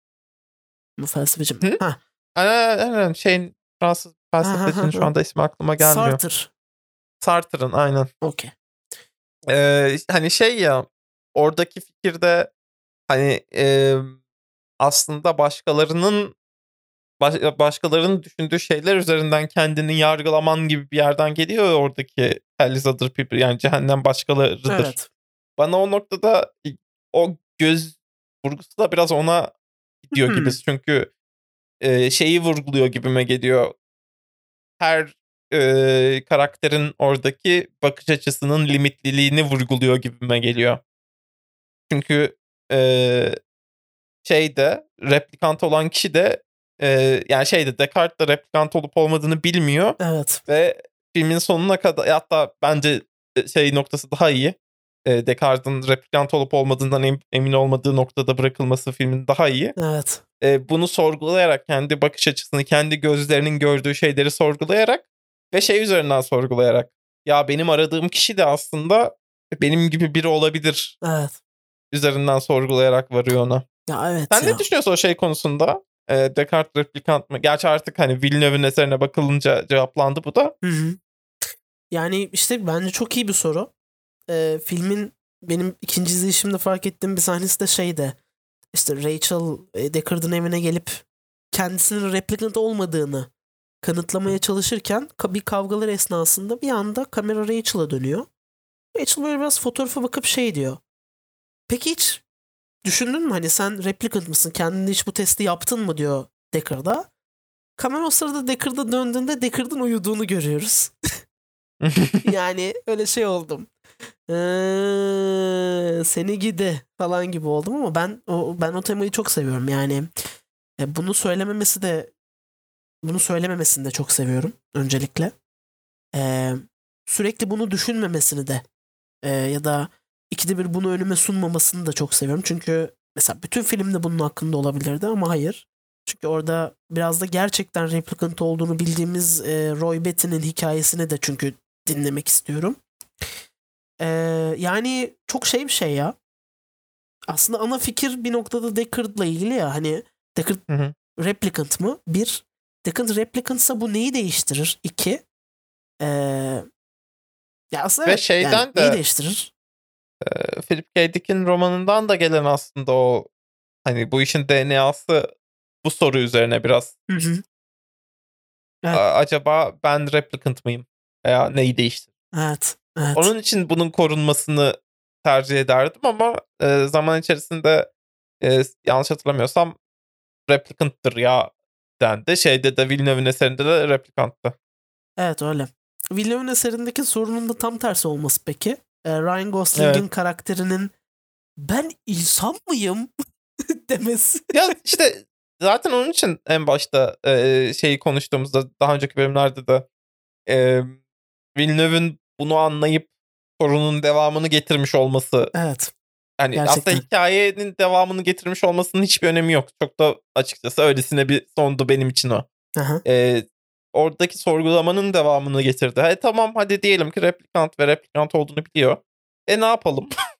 Bu felsefecim. hı? Ha. Aynen, aynen, şeyin Fransız Ha ha ha felsefecinin şu ha. anda ismi aklıma gelmiyor. Sartre. Sartre'ın, aynen. Okey. Ee, hani şey ya, oradaki fikirde hani e, aslında başkalarının baş- başkalarının düşündüğü şeyler üzerinden kendini yargılaman gibi bir yerden geliyor ya oradaki Hell is Other People, yani cehennem başkalarıdır. Evet. Bana o noktada o göz vurgusu da biraz ona gidiyor gibi, Hmm. çünkü e, şeyi vurguluyor gibime geliyor. Her e, karakterin oradaki bakış açısının limitliliğini vurguluyor gibime geliyor. Çünkü e, şeyde replikant olan kişi de e, yani şeyde Descartes de replikant olup olmadığını bilmiyor Evet. ve filmin sonuna kadar, hatta bence şey noktası daha iyi. E, Descartes'in replikant olup olmadığından em- emin olmadığı noktada bırakılması filmin daha iyi. Evet. E, bunu sorgulayarak, kendi bakış açısını, kendi gözlerinin gördüğü şeyleri sorgulayarak ve şey üzerinden sorgulayarak, ya benim aradığım kişi de aslında benim gibi biri olabilir Evet. üzerinden sorgulayarak varıyor ona. Ya evet Sen ne ya. düşünüyorsun o şey konusunda? E, Descartes replikant mı? Gerçi artık hani Villeneuve'ün eserine bakılınca cevaplandı bu da. Hı hı. Yani işte bence çok iyi bir soru. Ee, filmin benim ikinci izleyişimde fark ettiğim bir sahnesi de şeyde. İşte Rachel e, Deckard'ın evine gelip kendisinin replikant olmadığını kanıtlamaya çalışırken ka- bir kavgalar esnasında bir anda kamera Rachel'a dönüyor. Rachel böyle biraz fotoğrafa bakıp şey diyor. Peki hiç düşündün mü, hani sen replikant mısın? Kendinde hiç bu testi yaptın mı diyor Deckard'a. Kamera o sırada Deckard'a döndüğünde Deckard'ın uyuduğunu görüyoruz. Yani öyle şey oldum. Eee, seni gidi falan gibi oldum ama ben o ben o temayı çok seviyorum. Yani e, bunu söylememesi de bunu söylememesini de çok seviyorum öncelikle. Eee, sürekli bunu düşünmemesini de e, ya da ikide bir bunu önüme sunmamasını da çok seviyorum. Çünkü mesela bütün filmde bunun hakkında olabilirdi ama hayır. Çünkü orada biraz da gerçekten replicant olduğunu bildiğimiz e, Roy Batty'nin hikayesini de çünkü dinlemek istiyorum. Ee, yani çok şey bir şey ya. Aslında ana fikir bir noktada Deckard'la ilgili ya. Hani Deckard Hı hı. replicant mı? Bir. Deckard replicantsa bu neyi değiştirir? İki. Ee, ya aslında Ve evet, yani şeyden neyi de değiştirir? e, Philip K. Dick'in romanından da gelen aslında o, hani bu işin D N A'sı bu soru üzerine biraz. Hı hı. Evet. A- acaba ben replicant mıyım? Veya neyi değiştir? Evet. Evet. Onun için bunun korunmasını tercih ederdim ama e, zaman içerisinde e, yanlış hatırlamıyorsam replicant'tır ya dendi. Şeyde de Villeneuve'ün eserinde de replikanttı. Evet, öyle. Villeneuve'ın eserindeki sorunun da tam tersi olması peki. Ee, Ryan Evet. Gosling'in karakterinin ben insan mıyım demesi. Ya işte zaten onun için en başta e, şeyi konuştuğumuzda, daha önceki bölümlerde de e, Villeneuve'ün bunu anlayıp sorunun devamını getirmiş olması. Evet. Yani aslında Gerçekten. hikayenin devamını getirmiş olmasının hiçbir önemi yok. Çok da açıkçası öylesine bir sondu benim için o. Aha. Ee, oradaki sorgulamanın devamını getirdi. E tamam, hadi diyelim ki replikant ve replikant olduğunu biliyor. E ne yapalım?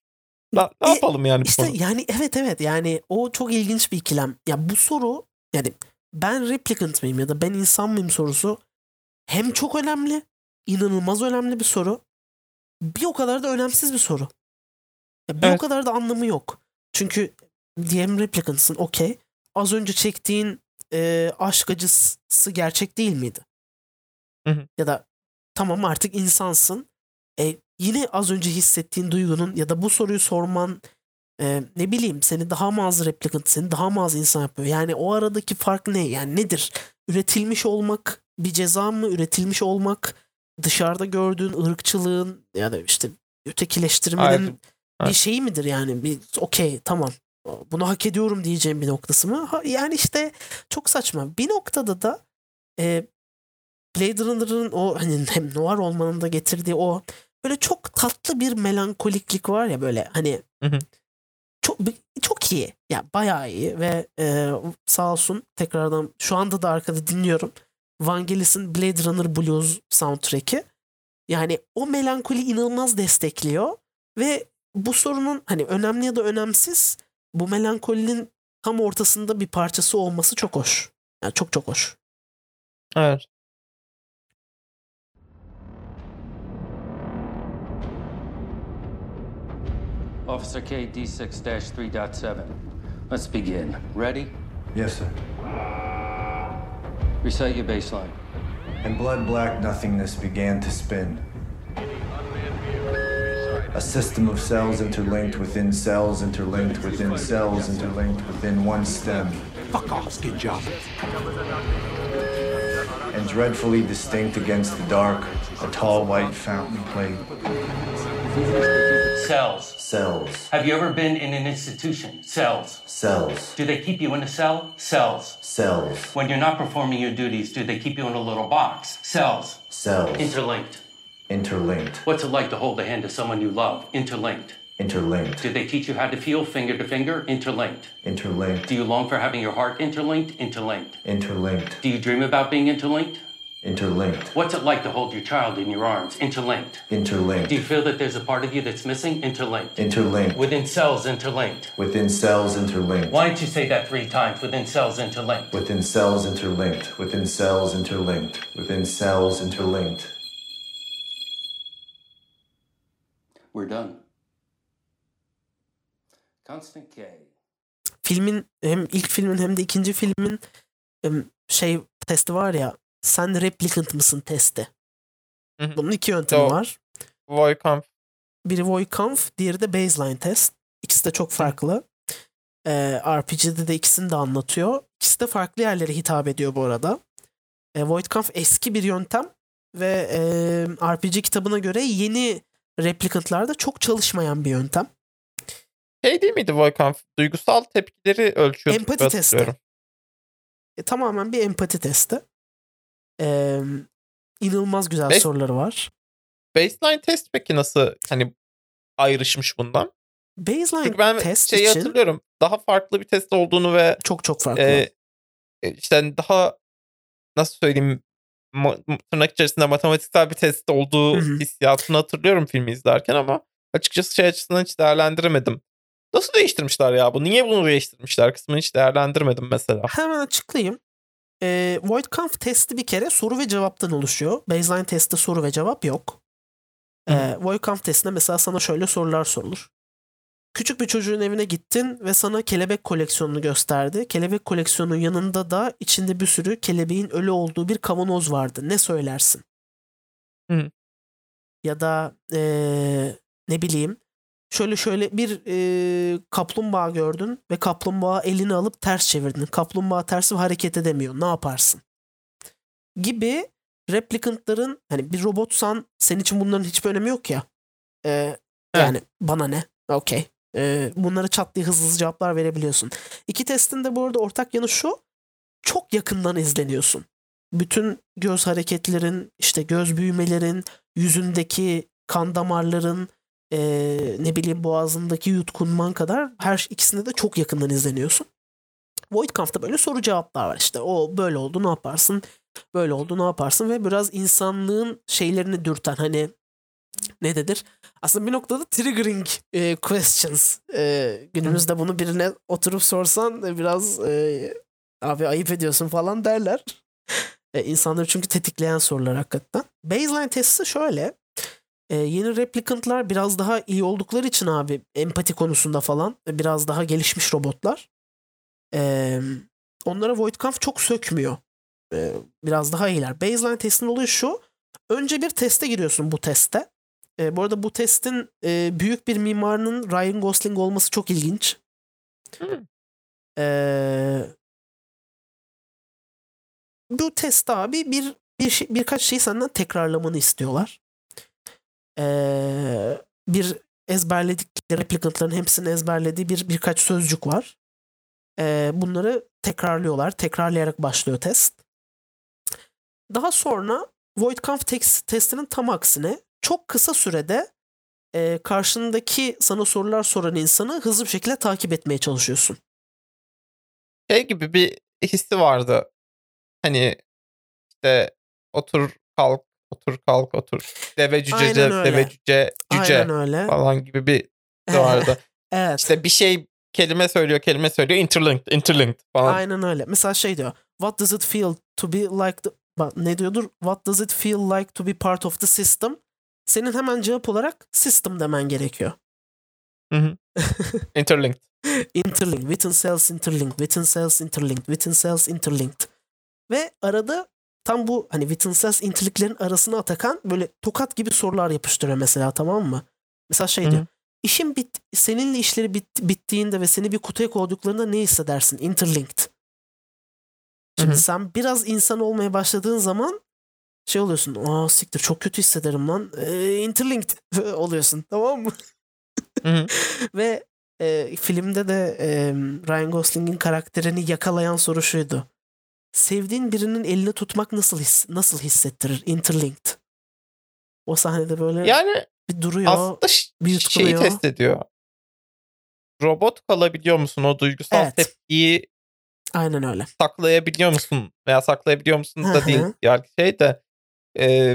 Ne, ne E, yapalım yani bu İşte konu? yani evet evet yani o çok ilginç bir ikilem. Ya bu soru yani ben replicant mıyım ya da ben insan mıyım sorusu hem çok önemli, inanılmaz önemli bir soru. Bir o kadar da önemsiz bir soru. Ya bir o Evet. kadar da anlamı yok. Çünkü diyelim replicantsın, okey. Az önce çektiğin e, aşk acısı gerçek değil miydi? Hı hı. Ya da tamam artık insansın. E, yine az önce hissettiğin duygunun ya da bu soruyu sorman e, ne bileyim seni daha mı az replicant, seni daha mı az insan yapıyor? Yani o aradaki fark ne? Yani nedir? Üretilmiş olmak bir ceza mı? Üretilmiş olmak dışarıda gördüğün ırkçılığın ya da işte ötekileştirmenin Hayır. bir Evet. şeyi midir yani? Bir okey tamam bunu hak ediyorum diyeceğim bir noktası mı? Ha, yani işte çok saçma. Bir noktada da e, Blade Runner'ın o hani hem noir olmanın da getirdiği o böyle çok tatlı bir melankoliklik var ya böyle hani Hı hı. çok çok iyi. Ya bayağı iyi ve e, sağ olsun tekrardan şu anda da arkada dinliyorum. Vangelis'in Blade Runner Blues soundtrack'i. Yani o melankoli inanılmaz destekliyor ve bu sorunun hani önemli ya da önemsiz bu melankolinin tam ortasında bir parçası olması çok hoş. Yani çok çok hoş. Evet. Officer K, D six three point seven. Let's begin. Ready? Yes, sir. Recite your baseline. In blood black nothingness began to spin. A system of cells interlinked within cells interlinked within cells interlinked within one stem. Fuck off, skin job. And dreadfully distinct against the dark, a tall white fountain played. Cells. Cells. Have you ever been in an institution? Cells. Cells. Do they keep you in a cell? Cells. Cells. When you're not performing your duties, do they keep you in a little box? Cells. Cells. Interlinked. Interlinked. What's it like to hold the hand of someone you love? Interlinked. Interlinked. Do they teach you how to feel finger to finger? Interlinked. Interlinked. Do you long for having your heart interlinked? Interlinked. Interlinked. Do you dream about being interlinked? Interlinked. What's it like to hold your child in your arms? Interlinked. Interlinked. Do you feel that there's a part of you that's missing? Interlinked. Interlinked. Within cells, interlinked. Within cells interlinked. Why don't you say that three times? Within cells, interlinked. Within cells interlinked. Within cells interlinked. Within cells interlinked. We're done. Constant K. Filmin hem ilk filmin hem de ikinci filmin em, şey testi var ya sen replicant mısın testi. Hı hı. Bunun iki yöntemi O- var. Voight-Kampff. Biri Voight-Kampff, diğeri de baseline test. İkisi de çok farklı. Ee, R P G'de de ikisini de anlatıyor. İkisi de farklı yerlere hitap ediyor bu arada. Ee, Voight-Kampff eski bir yöntem ve e, R P G kitabına göre yeni replicantlarda çok çalışmayan bir yöntem. Şey değil miydi Voight-Kampff? Duygusal tepkileri ölçüyordu. Empati gibi testi. hatırlıyorum. E, tamamen bir empati testi. Ee, inanılmaz güzel Bas- soruları var. Baseline test peki nasıl hani ayrışmış bundan? Baseline Çünkü ben test şeyi için hatırlıyorum. Daha farklı bir test olduğunu ve çok çok farklı. e, e, işte daha nasıl söyleyeyim ma- tırnak içerisinde matematiksel bir test olduğu Hı hı. hissiyatını hatırlıyorum filmi izlerken ama açıkçası şey açısından hiç değerlendiremedim. Nasıl değiştirmişler ya bu? Niye bunu değiştirmişler kısmını hiç değerlendirmedim mesela. Hemen açıklayayım. Ee, Voight-Kampff testi bir kere soru ve cevaptan oluşuyor. Baseline testte soru ve cevap yok. Ee, Voight-Kampff testinde mesela sana şöyle sorular sorulur. Küçük bir çocuğun evine gittin ve sana kelebek koleksiyonunu gösterdi. Kelebek koleksiyonunun yanında da içinde bir sürü kelebeğin ölü olduğu bir kavanoz vardı. Ne söylersin? Hı. Ya da ee, ne bileyim şöyle şöyle bir ee, kaplumbağa gördün ve kaplumbağa elini alıp ters çevirdin. Kaplumbağa tersi hareket edemiyor. Ne yaparsın? Gibi replikantların hani bir robotsan senin için bunların hiçbir önemi yok ya. Ee, yani bana ne? Okey. Ee, bunlara çat diye hızlı hızlı cevaplar verebiliyorsun. İki testin de bu arada ortak yanı şu. Çok yakından izleniyorsun. Bütün göz hareketlerin, işte göz büyümelerin, yüzündeki kan damarların, ee, ne bileyim boğazındaki yutkunman kadar her ikisinde de çok yakından izleniyorsun. Voight-Kampff'ta böyle soru cevaplar var işte. O böyle oldu ne yaparsın? Böyle oldu ne yaparsın? Ve biraz insanlığın şeylerini dürten hani ne denir? Aslında bir noktada triggering e, questions. E, günümüzde bunu birine oturup sorsan e, biraz e, abi ayıp ediyorsun falan derler. E, insanları çünkü tetikleyen sorular hakikaten. Baseline testi şöyle. E, yeni replicantlar biraz daha iyi oldukları için abi empati konusunda falan e, biraz daha gelişmiş robotlar. E, onlara Voight-Kampff çok sökmüyor. E, biraz daha iyiler. Baseline testin olayı şu. Önce bir teste giriyorsun bu teste. E, bu arada bu testin e, büyük bir mimarının Ryan Gosling olması çok ilginç. Hmm. E, bu test abi bir, bir şey, birkaç şeyi senden tekrarlamanı istiyorlar. E, bir ezberledikleri replikantların hepsini ezberlediği bir birkaç sözcük var. E, bunları tekrarlıyorlar. Tekrarlayarak başlıyor test. Daha sonra Voight-Kampff tes- testinin tam aksine çok kısa sürede e, karşındaki sana sorular soran insanı hızlı bir şekilde takip etmeye çalışıyorsun. Şey gibi bir hissi vardı. Hani işte otur kalk otur kalk otur. Deve cüce Aynen deve öyle. cüce cüce Aynen öyle. falan gibi bir hissi vardı. Evet. İşte bir şey kelime söylüyor kelime söylüyor interlinked interlinked falan. Aynen öyle. Mesela şey diyor. What does it feel to be like the... Bak, ne diyordur? What does it feel like to be part of the system? Senin hemen cevap olarak system demen gerekiyor. Hı hı. Interlinked. Interlinked. Within cells interlinked. Within cells interlinked. Within cells interlinked. Ve arada tam bu hani within cells interlinklerin arasına Atakan böyle tokat gibi sorular yapıştırıyor mesela, tamam mı? Mesela şey Hı hı. diyor. İşin bit seninle işleri bit bittiğinde ve seni bir kutuya koyduklarında ne hissedersin? Interlinked. Şimdi Hı hı. sen biraz insan olmaya başladığın zaman şey oluyorsun. Aa siktir, çok kötü hissederim lan. Ee, interlinked oluyorsun, tamam mı? Hı hı. Ve e, filmde de e, Ryan Gosling'in karakterini yakalayan soru şuydu. Sevdiğin birinin elini tutmak nasıl his nasıl hissettirir? Interlinked. O sahnede böyle Yani bir duruyor, aslında ş- bir şeyi yutkunuyor. test ediyor. Robot kalabiliyor musun? O duygusal Evet. tepkiyi Aynen öyle. saklayabiliyor musun? Veya saklayabiliyor musun Hı da değil. hı. Yani şey de e,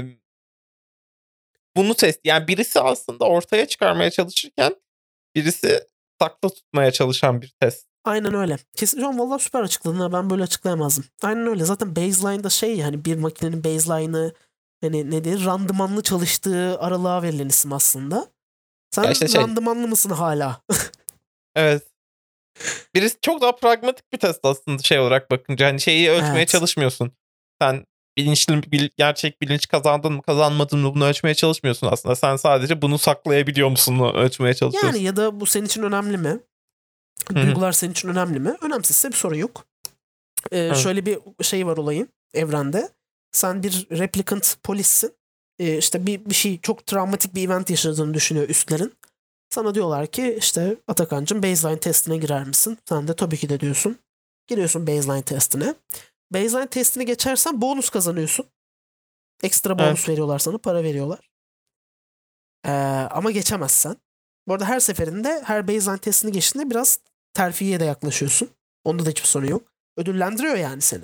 bunu test yani birisi aslında ortaya çıkarmaya çalışırken birisi saklı tutmaya çalışan bir test. Aynen öyle. Kesin şu an vallahi süper açıkladın ha. Ben böyle açıklayamazdım. Aynen öyle. Zaten baseline'da şey, hani bir makinenin baseline'ı hani ne denir, randımanlı çalıştığı aralığa verilen isim aslında. Sen Ya işte şey. randımanlı mısın hala? Evet. Birisi çok daha pragmatik bir test aslında şey olarak bakınca. Hani şeyi ölçmeye Evet. çalışmıyorsun. Sen bilinçli bil- gerçek bilinç kazandın mı kazanmadın mı bunu ölçmeye çalışmıyorsun aslında. Sen sadece bunu saklayabiliyor musun ölçmeye çalışıyorsun. Yani ya da bu senin için önemli mi? Hı hı. Duygular senin için önemli mi? Önemsizse bir sorun yok. Ee, Evet. şöyle bir şey var olayın evrende. Sen bir replicant polissin. Ee, işte bir, bir şey, çok travmatik bir event yaşadığını düşünüyor üstlerin. Sana diyorlar ki işte Atakan'cığım baseline testine girer misin? Sen de tabii ki de diyorsun. Giriyorsun baseline testine. Baseline testini geçersen bonus kazanıyorsun. Ekstra bonus Evet. veriyorlar sana, para veriyorlar. Ee, ama geçemezsen. Bu arada her seferinde her baseline testini geçtiğinde biraz terfiye de yaklaşıyorsun. Onda da hiçbir sorun yok. Ödüllendiriyor yani seni.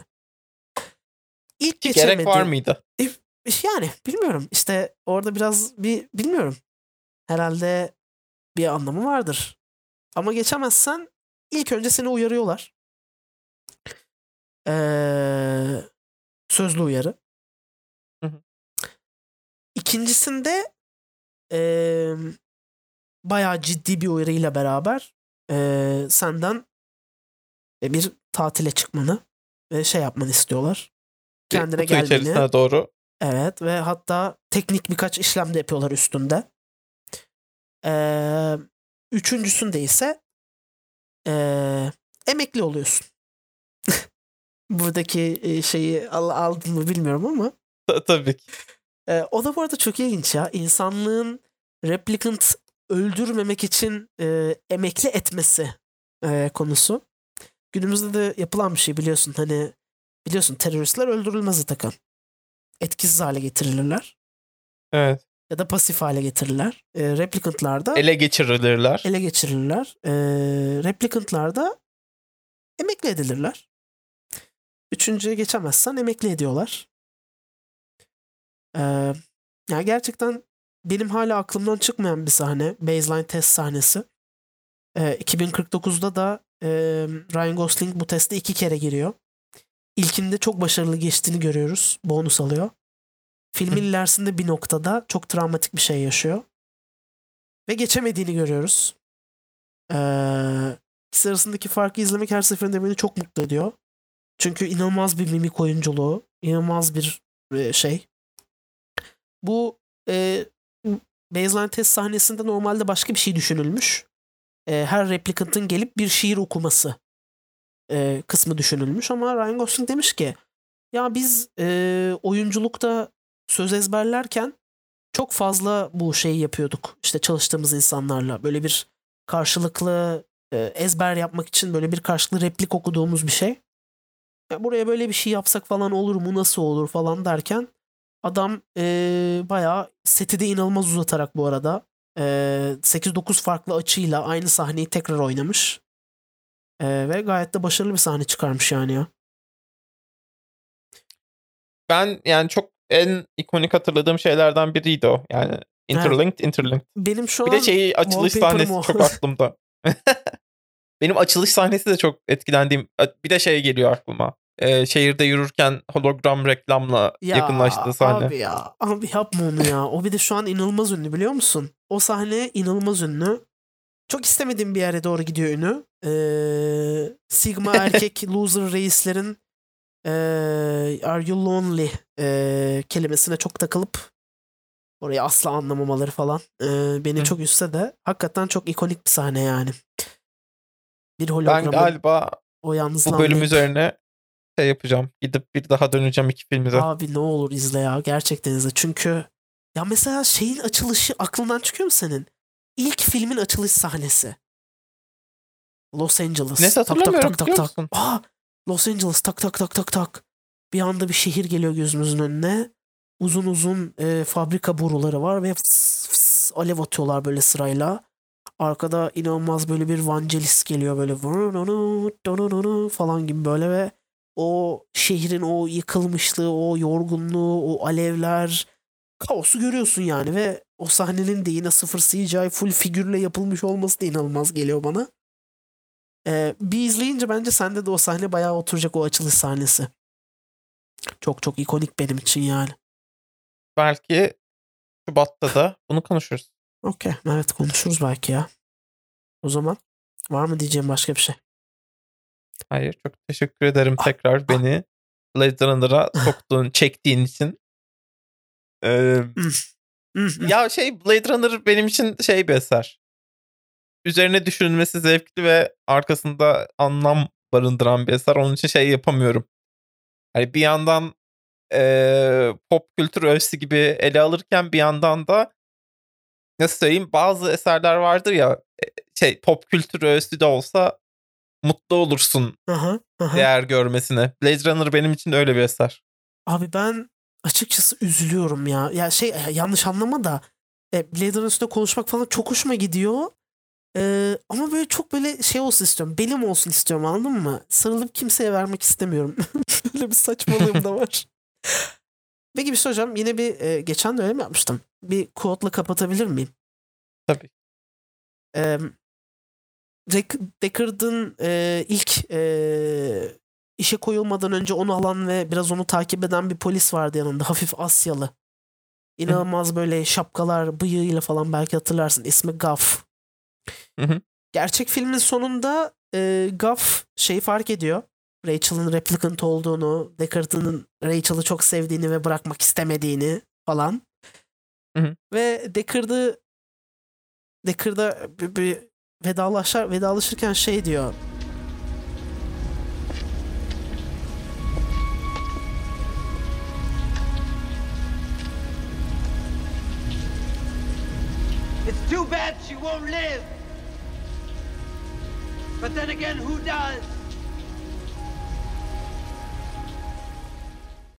İlk Ki gerek var geçemedi. mıydı? Yani bilmiyorum. İşte orada biraz bir bilmiyorum. Herhalde bir anlamı vardır. Ama geçemezsen ilk önce seni uyarıyorlar. Ee, sözlü uyarı. Hı hı. İkincisinde ee, bayağı ciddi bir uyarıyla beraber ee, senden bir tatile çıkmanı ve şey yapmanı istiyorlar. Bir Kendine kutu gelmeni. içerisine doğru. Evet, ve hatta teknik birkaç işlem de yapıyorlar üstünde. Ee, üçüncüsünde ise ee, emekli oluyorsun. Buradaki e, şeyi al, aldın mı bilmiyorum ama. Ta- tabii ki. Ee, o da bu arada çok ilginç ya. İnsanlığın replicant öldürmemek için e, emekli etmesi e, konusu. Günümüzde de yapılan bir şey, biliyorsun. Hani biliyorsun, teröristler öldürülmez Atakan. Etkisiz hale getirilirler. Evet. Ya da pasif hale getirirler. E, replicantlarda Ele geçirilirler. ele geçirirler. E, replicantlarda emekli edilirler. Üçüncüye geçemezsen emekli ediyorlar. E, yani gerçekten benim hala aklımdan çıkmayan bir sahne. Baseline test sahnesi. Ee, iki bin kırk dokuzda da e, Ryan Gosling bu teste iki kere giriyor. İlkinde çok başarılı geçtiğini görüyoruz. Bonus alıyor. Filmin ilerisinde bir noktada çok travmatik bir şey yaşıyor. Ve geçemediğini görüyoruz. Ee, ikisi arasındaki farkı izlemek her seferinde beni çok mutlu ediyor. Çünkü inanılmaz bir mimik oyunculuğu. İnanılmaz bir e, şey. Bu e, baseline test sahnesinde normalde başka bir şey düşünülmüş. E, her replikantın gelip bir şiir okuması e, kısmı düşünülmüş. Ama Ryan Gosling demiş ki ya biz e, oyunculukta söz ezberlerken çok fazla bu şeyi yapıyorduk. İşte çalıştığımız insanlarla. Böyle bir karşılıklı e, ezber yapmak için böyle bir karşılıklı replik okuduğumuz bir şey. Ya buraya böyle bir şey yapsak falan olur mu, nasıl olur falan derken adam e, bayağı seti de inanılmaz uzatarak bu arada e, sekiz dokuz farklı açıyla aynı sahneyi tekrar oynamış. E, ve gayet de başarılı bir sahne çıkarmış yani ya. Ben yani çok en ikonik hatırladığım şeylerden biriydi o. Yani interlinked, interlinked. Benim şu Bir an de şeyi açılış wallpaper'ım sahnesi o. çok aklımda. Benim açılış sahnesi de çok etkilendiğim. Bir de şey geliyor aklıma. Ee, şehirde yürürken hologram reklamla Ya yakınlaştığı sahne. abi ya. Abi yapma onu ya. O bir de şu an inanılmaz ünlü biliyor musun? O sahne inanılmaz ünlü. Çok istemediğim bir yere doğru gidiyor ünü. Ee, Sigma erkek loser reislerin ee, Are you lonely ee, kelimesine çok takılıp orayı asla anlamamaları falan ee, beni Hı. çok üstse de hakikaten çok ikonik bir sahne yani. Bir Ben hologramın galiba o yalnızlığı bu bölüm anlayıp- üzerine şey yapacağım. Gidip bir daha döneceğim iki filmi de. Abi ne olur izle ya. Gerçekten izle. Çünkü ya mesela şeyin açılışı aklından çıkıyor mu senin? İlk filmin açılış sahnesi. Los Angeles. Net Tak tak hatırlamıyorum, tak tak biliyor tak. musun? Aa, Los Angeles tak tak tak tak tak. Bir anda bir şehir geliyor gözümüzün önüne. Uzun uzun e, fabrika boruları var ve fıs fıs alev atıyorlar böyle sırayla. Arkada inanılmaz böyle bir Vangelis geliyor böyle falan gibi böyle ve o şehrin o yıkılmışlığı, o yorgunluğu, o alevler, kaosu görüyorsun yani ve o sahnenin de yine sıfır C G I full figürle yapılmış olması da inanılmaz geliyor bana. Ee, bir izleyince bence sende de o sahne bayağı oturacak, o açılış sahnesi. Çok çok ikonik benim için yani. Belki Şubat'ta da bunu konuşuruz. Okey, evet konuşuruz belki ya. O zaman var mı diyeceğim başka bir şey? Hayır, çok teşekkür ederim tekrar beni Blade Runner'a soktuğun, çektiğin için. Ee, ya şey Blade Runner benim için şey bir eser. Üzerine düşünülmesi zevkli ve arkasında anlam barındıran bir eser. Onun için şey yapamıyorum. Hani bir yandan e, pop kültür öğesi gibi ele alırken bir yandan da nasıl söyleyeyim, bazı eserler vardır ya şey pop kültür öğesi de olsa mutlu olursun Aha, aha. değer görmesine. Blade Runner benim için öyle bir eser. Abi ben açıkçası üzülüyorum ya. Ya şey yanlış anlama da e, Blade Runner üstüne konuşmak falan çok hoşuma gidiyor. E, ama böyle çok böyle şey olsun istiyorum. Benim olsun istiyorum, anladın mı? Sarılıp kimseye vermek istemiyorum. Böyle bir saçmalığım da var. Peki bir şey hocam, yine bir e, geçen de öyle mi yapmıştım? Bir quote'la kapatabilir miyim? Tabii. E, Deckard'ın e, ilk e, işe koyulmadan önce onu alan ve biraz onu takip eden bir polis vardı yanında. Hafif Asyalı. İnanılmaz böyle şapkalar, bıyığıyla falan, belki hatırlarsın. İsmi Gaff. Hı hı. Gerçek filmin sonunda e, Gaff şeyi fark ediyor. Rachel'ın replicant olduğunu, Deckard'ın Rachel'ı çok sevdiğini ve bırakmak istemediğini falan. Hı hı. Ve Deckard'ı Deckard'a bir, bir vedalaşır, vedalaşırken şey diyor. It's too bad she won't live. But then again, who does?